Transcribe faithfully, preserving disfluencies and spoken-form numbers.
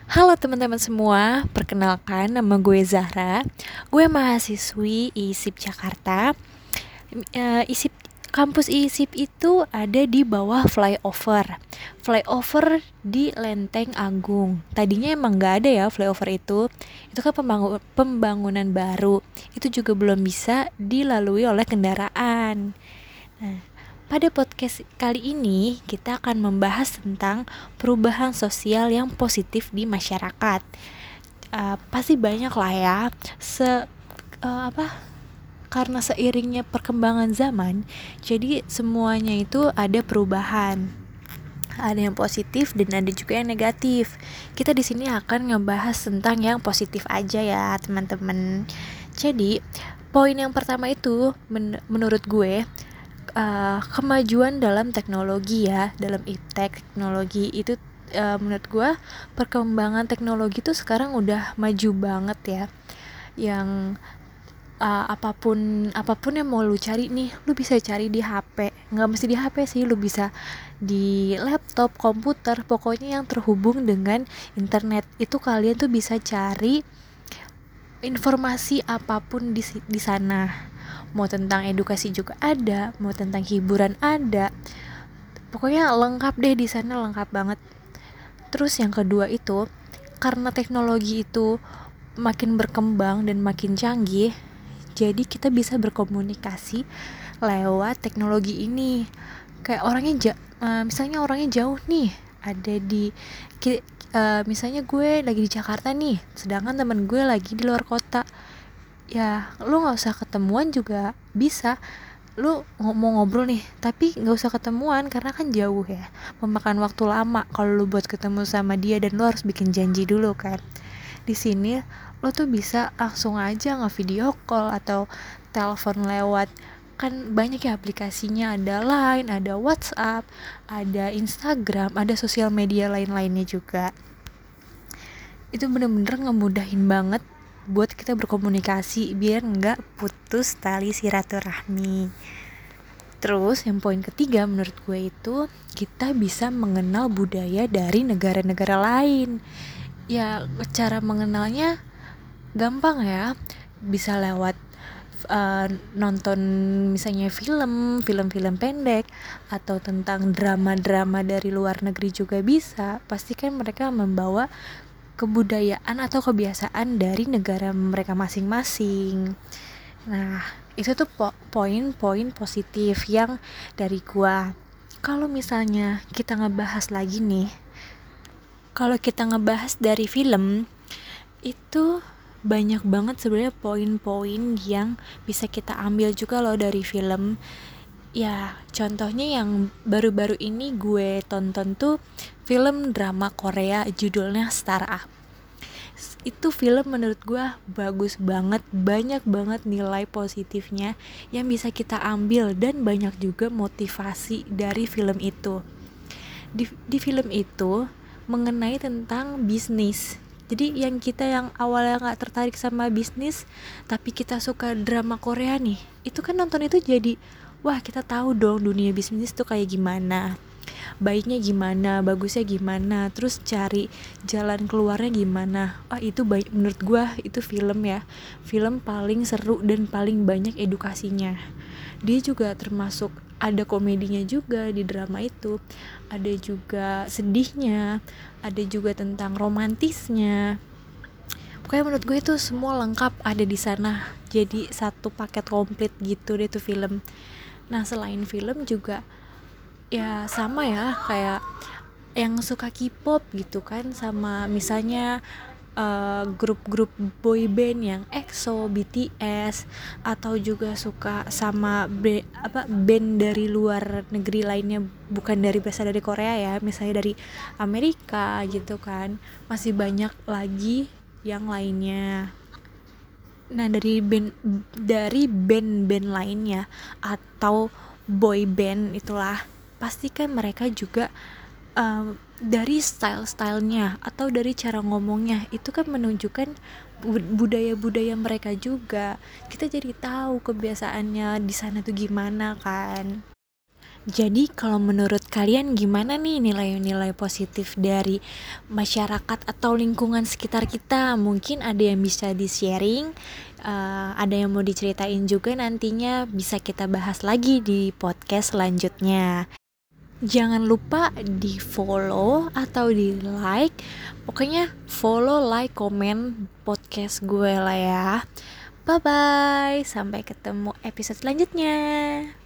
Halo teman-teman semua, perkenalkan nama gue Zahra. Gue mahasiswi I S I P Jakarta. Eh, I S I P Kampus I S I P itu ada di bawah flyover. Flyover di Lenteng Agung. Tadinya emang nggak ada ya flyover itu. Itu kan pembangu- pembangunan baru. Itu juga belum bisa dilalui oleh kendaraan. Nah, pada podcast kali ini kita akan membahas tentang perubahan sosial yang positif di masyarakat. Uh, pasti banyak lah ya, se uh, apa karena seiringnya perkembangan zaman, jadi semuanya itu ada perubahan. Ada yang positif dan ada juga yang negatif. Kita di sini akan ngebahas tentang yang positif aja ya, teman-teman. Jadi, poin yang pertama itu men- menurut gue uh, kemajuan dalam teknologi ya, dalam iptek teknologi itu uh, menurut gue perkembangan teknologi tuh sekarang udah maju banget ya. Yang uh, apapun apapun yang mau lu cari nih, lu bisa cari di H P. Nggak mesti di H P sih, lu bisa di laptop, komputer, pokoknya yang terhubung dengan internet. Itu kalian tuh bisa cari informasi apapun di di sana. Mau tentang edukasi juga ada, mau tentang hiburan ada. Pokoknya lengkap deh di sana, lengkap banget. Terus yang kedua itu, karena teknologi itu makin berkembang dan makin canggih, jadi kita bisa berkomunikasi lewat teknologi ini. Kayak orangnya ja- uh, misalnya orangnya jauh nih, ada di ki- uh, misalnya gue lagi di Jakarta nih, sedangkan temen gue lagi di luar kota. Ya, lu nggak usah ketemuan juga bisa. Lu mau ngobrol nih, tapi nggak usah ketemuan karena kan jauh ya, memakan waktu lama kalau lu buat ketemu sama dia dan lu harus bikin janji dulu kan. Di sini lo tuh bisa langsung aja nge-video call atau telepon lewat, kan banyak ya aplikasinya, ada Line, ada WhatsApp, ada Instagram, ada sosial media lain-lainnya juga. Itu bener-bener ngemudahin banget buat kita berkomunikasi biar nggak putus tali silaturahmi. Terus yang poin ketiga menurut gue itu, kita bisa mengenal budaya dari negara-negara lain. Ya cara mengenalnya gampang ya, bisa lewat uh, nonton misalnya film, film-film pendek, atau tentang drama-drama dari luar negeri juga bisa. Pastikan mereka membawa kebudayaan atau kebiasaan dari negara mereka masing-masing. Nah, itu tuh po- poin-poin positif yang dari gua. Kalau misalnya kita ngebahas lagi nih, kalau kita ngebahas dari film, itu banyak banget sebenarnya poin-poin yang bisa kita ambil juga loh dari film. Ya, contohnya yang baru-baru ini gue tonton tuh film drama Korea judulnya Startup. Itu film menurut gue bagus banget, banyak banget nilai positifnya yang bisa kita ambil dan banyak juga motivasi dari film itu. Di, di film itu mengenai tentang bisnis. Jadi yang kita yang awalnya gak tertarik sama bisnis, tapi kita suka drama Korea nih, itu kan nonton itu jadi, wah kita tahu dong dunia bisnis tuh kayak gimana, baiknya gimana, bagusnya gimana, terus cari jalan keluarnya gimana. Ah itu baik, menurut gue itu film ya, film paling seru dan paling banyak edukasinya. Dia juga termasuk ada komedinya juga di drama itu, ada juga sedihnya, ada juga tentang romantisnya. Pokoknya menurut gue itu semua lengkap ada di sana, jadi satu paket komplit gitu deh tuh film. Nah selain film juga ya sama ya, kayak yang suka K-pop gitu kan, sama misalnya uh, grup-grup boy band yang EXO, B T S, atau juga suka sama be, apa band dari luar negeri lainnya, bukan dari berasal dari Korea ya, misalnya dari Amerika gitu kan. Masih banyak lagi yang lainnya. Nah dari band dari band-band lainnya atau boy band itulah, pastikan mereka juga um, dari style-stylenya atau dari cara ngomongnya itu kan menunjukkan budaya-budaya mereka juga. Kita jadi tahu kebiasaannya di sana tuh gimana kan. Jadi kalau menurut kalian gimana nih nilai-nilai positif dari masyarakat atau lingkungan sekitar kita? Mungkin ada yang bisa di-sharing, uh, ada yang mau diceritain juga, nantinya bisa kita bahas lagi di podcast selanjutnya. Jangan lupa di follow atau di like, pokoknya follow, like, komen podcast gue lah ya. Bye bye, sampai ketemu episode selanjutnya.